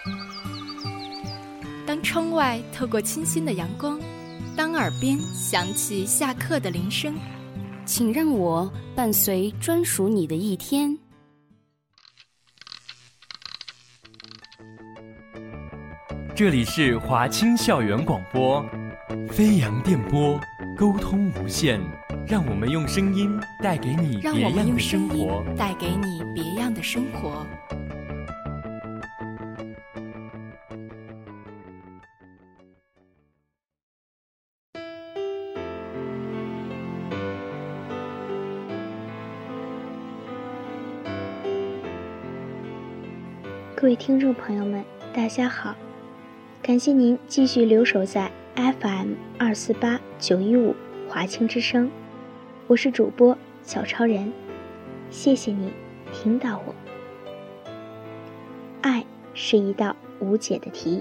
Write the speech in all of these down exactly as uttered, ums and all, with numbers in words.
当窗外透过清新的阳光，当耳边响起下课的铃声， 请让我伴随专属你的一天。 这里是华清校园广播，飞扬电波，沟通无限，让我们用声音带给你别样的生活， 带给你别样的生活。 各位听众朋友们，大家好，感谢您继续留守在 F M 二四八九一五华清之声，我是主播小超人，谢谢你听到我。爱是一道无解的题。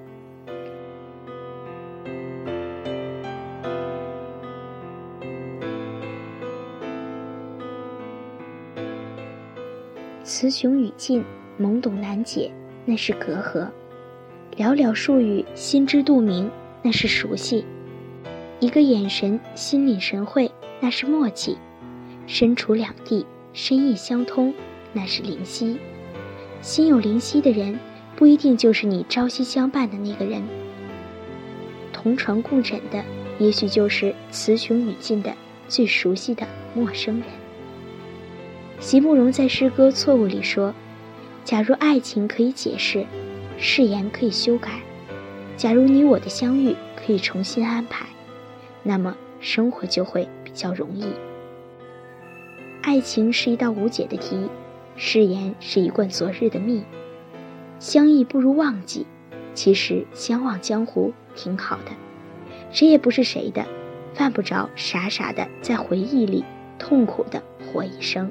词穷语尽，懵懂难解，那是隔阂；寥寥数语，心知肚明，那是熟悉；一个眼神，心领神会，那是默契；身处两地，深意相通，那是灵犀。心有灵犀的人，不一定就是你朝夕相伴的那个人，同床共枕的，也许就是词穷语尽的最熟悉的陌生人。席慕容在诗歌《错误》里说，假如爱情可以解释，誓言可以修改，假如你我的相遇可以重新安排，那么生活就会比较容易。爱情是一道无解的题，誓言是一贯昨日的蜜，相忆不如忘记，其实相忘江湖挺好的，谁也不是谁的，犯不着傻傻的在回忆里痛苦的活一生。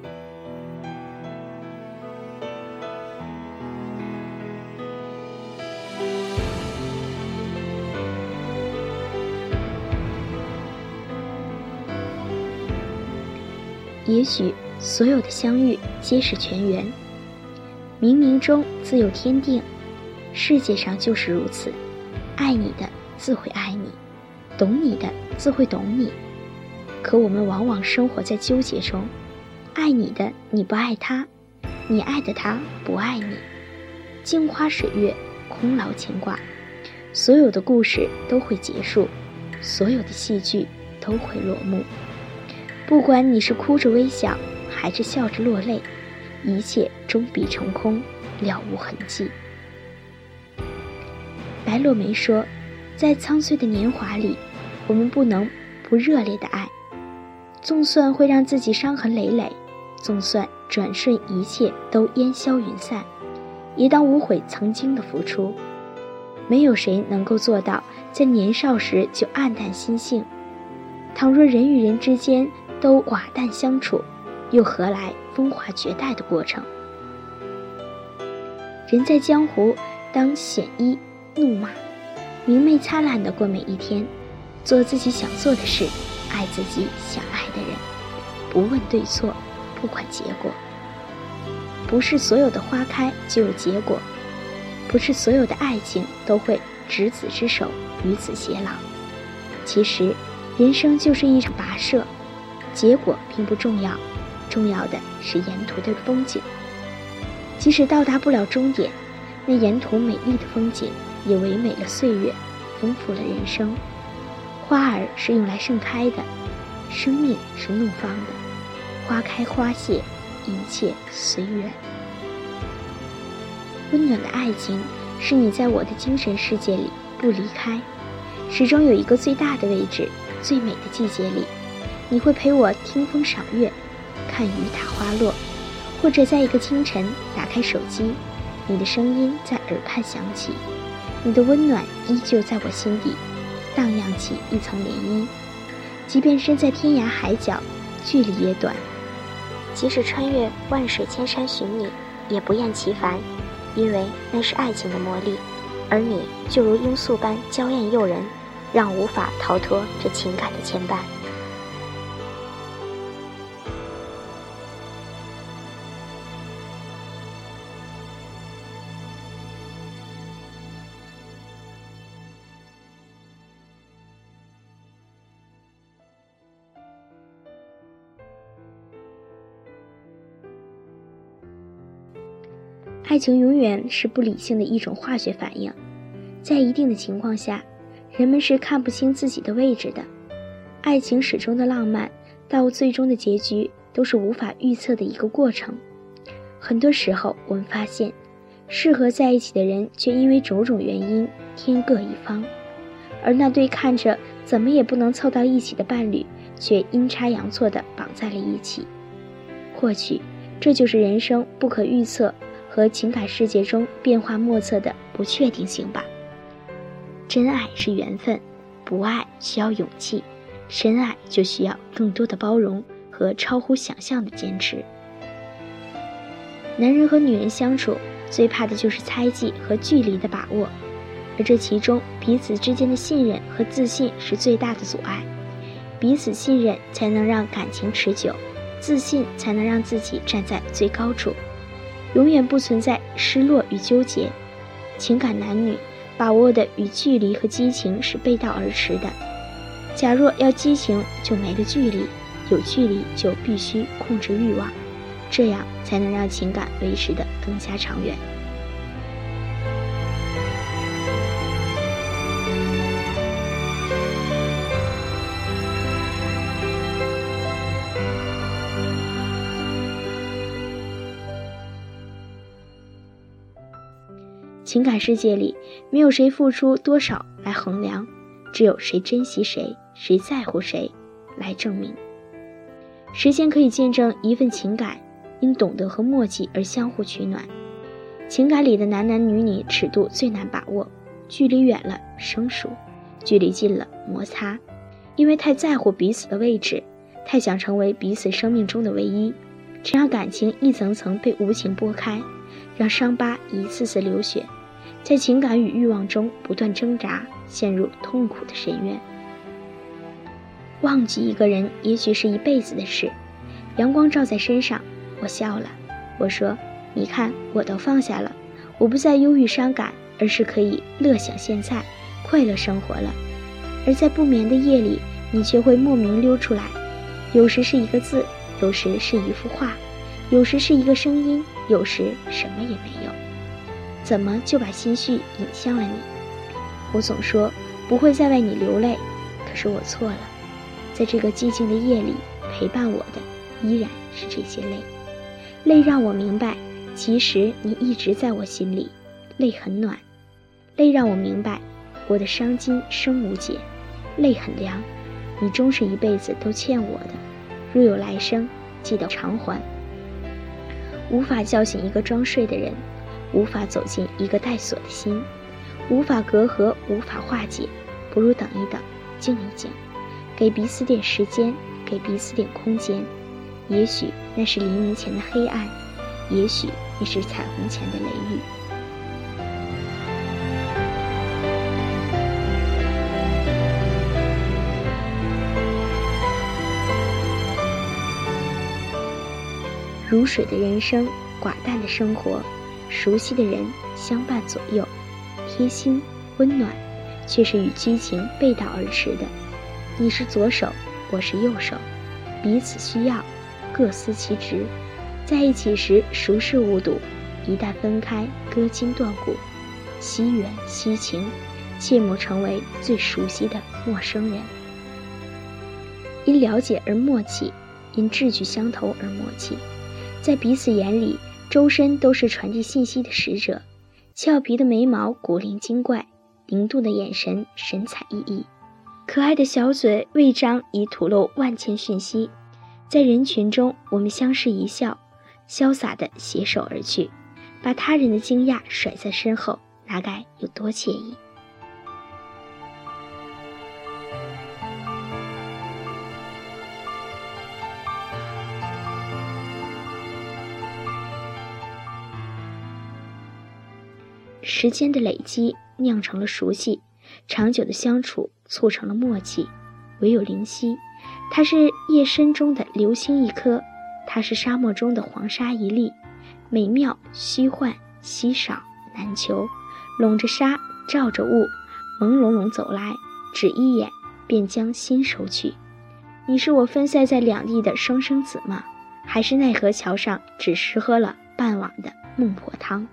也许所有的相遇皆是全缘，冥冥中自有天定，世界上就是如此，爱你的自会爱你，懂你的自会懂你。可我们往往生活在纠结中，爱你的你不爱他，你爱的他不爱你，镜花水月，空劳牵挂，所有的故事都会结束，所有的戏剧都会落幕。不管你是哭着微笑，还是笑着落泪，一切终必成空，了无痕迹。白落梅说，在苍翠的年华里，我们不能不热烈的爱，纵算会让自己伤痕累累，纵算转瞬一切都烟消云散，也当无悔曾经的付出。没有谁能够做到在年少时就黯淡心性，倘若人与人之间都寡淡相处，又何来风华绝代的过程？人在江湖，当鲜衣怒马，明媚灿烂地过每一天，做自己想做的事，爱自己想爱的人，不问对错，不管结果。不是所有的花开就有结果，不是所有的爱情都会执子之手，与子偕老。其实人生就是一场跋涉，结果并不重要，重要的是沿途的风景。即使到达不了终点，那沿途美丽的风景也唯美了岁月，丰富了人生。花儿是用来盛开的，生命是怒放的，花开花谢，一切随缘。温暖的爱情是你在我的精神世界里不离开，始终有一个最大的位置，最美的季节里，你会陪我听风赏月，看雨打花落，或者在一个清晨打开手机，你的声音在耳畔响起，你的温暖依旧在我心底荡漾起一层涟漪。即便身在天涯海角，距离也短，即使穿越万水千山寻你，也不厌其烦，因为那是爱情的魔力，而你就如罂粟般娇艳诱人，让无法逃脱这情感的牵绊。 爱情永远是不理性的一种化学反应，在一定的情况下，人们是看不清自己的位置的。爱情始终的浪漫，到最终的结局都是无法预测的一个过程。很多时候我们发现，适合在一起的人却因为种种原因天各一方，而那对看着怎么也不能凑到一起的伴侣却阴差阳错地绑在了一起。或许这就是人生不可预测和情感世界中变化莫测的不确定性吧。真爱是缘分，不爱需要勇气，深爱就需要更多的包容和超乎想象的坚持。男人和女人相处最怕的就是猜忌和距离的把握，而这其中彼此之间的信任和自信是最大的阻碍。彼此信任才能让感情持久，自信才能让自己站在最高处，永远不存在失落与纠结。情感男女把握的与距离和激情是背道而驰的。假若要激情，就没了距离；有距离，就必须控制欲望，这样才能让情感维持得更加长远。情感世界里，没有谁付出多少来衡量，只有谁珍惜谁，谁在乎谁来证明。时间可以见证一份情感因懂得和默契而相互取暖。情感里的男男女女尺度最难把握，距离远了生疏，距离近了摩擦，因为太在乎彼此的位置，太想成为彼此生命中的唯一，只让感情一层层被无情剥开，让伤疤一次次流血，在情感与欲望中不断挣扎，陷入痛苦的深渊。忘记一个人也许是一辈子的事。阳光照在身上，我笑了，我说，你看，我都放下了，我不再忧郁伤感，而是可以乐享现在，快乐生活了。而在不眠的夜里，你却会莫名溜出来，有时是一个字，有时是一幅画，有时是一个声音，有时什么也没有。怎么就把心绪引向了你？我总说不会再为你流泪，可是我错了。在这个寂静的夜里，陪伴我的依然是这些泪。泪让我明白，其实你一直在我心里。泪很暖，泪让我明白，我的伤筋生无解。泪很凉，你终是一辈子都欠我的，若有来生，记得偿还。无法叫醒一个装睡的人，无法走进一个带锁的心，无法隔阂，无法化解，不如等一等，静一静，给彼此点时间，给彼此点空间。也许那是黎明前的黑暗，也许那是彩虹前的雷雨。如水的人生，寡淡的生活，熟悉的人相伴左右，贴心温暖，却是与激情背道而驰的。你是左手，我是右手，彼此需要，各司其职。在一起时熟视无睹，一旦分开，割筋断骨。惜缘惜情，切莫成为最熟悉的陌生人。因了解而默契，因志趣相投而默契。在彼此眼里，周身都是传递信息的使者。俏皮的眉毛古灵精怪，灵动的眼神神采奕奕，可爱的小嘴未张已吐露万千讯息。在人群中，我们相视一笑，潇洒地携手而去，把他人的惊讶甩在身后，那该有多惬意。时间的累积酿成了熟悉，长久的相处促成了默契。唯有灵犀，它是夜深中的流星一颗，它是沙漠中的黄沙一粒，美妙虚幻，稀少难求。笼着沙，罩着雾，朦胧胧走来，只一眼便将心收去。你是我分散在两地的双生子吗？还是奈何桥上只适合了半碗的孟婆汤。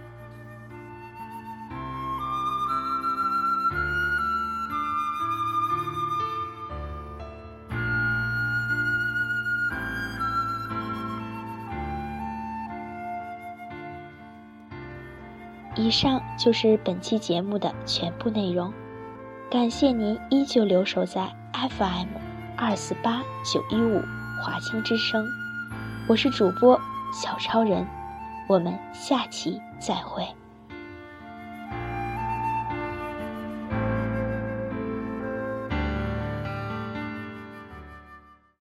以上就是本期节目的全部内容，感谢您依旧留守在 F M 二四八九一五华清之声，我是主播小超人，我们下期再会。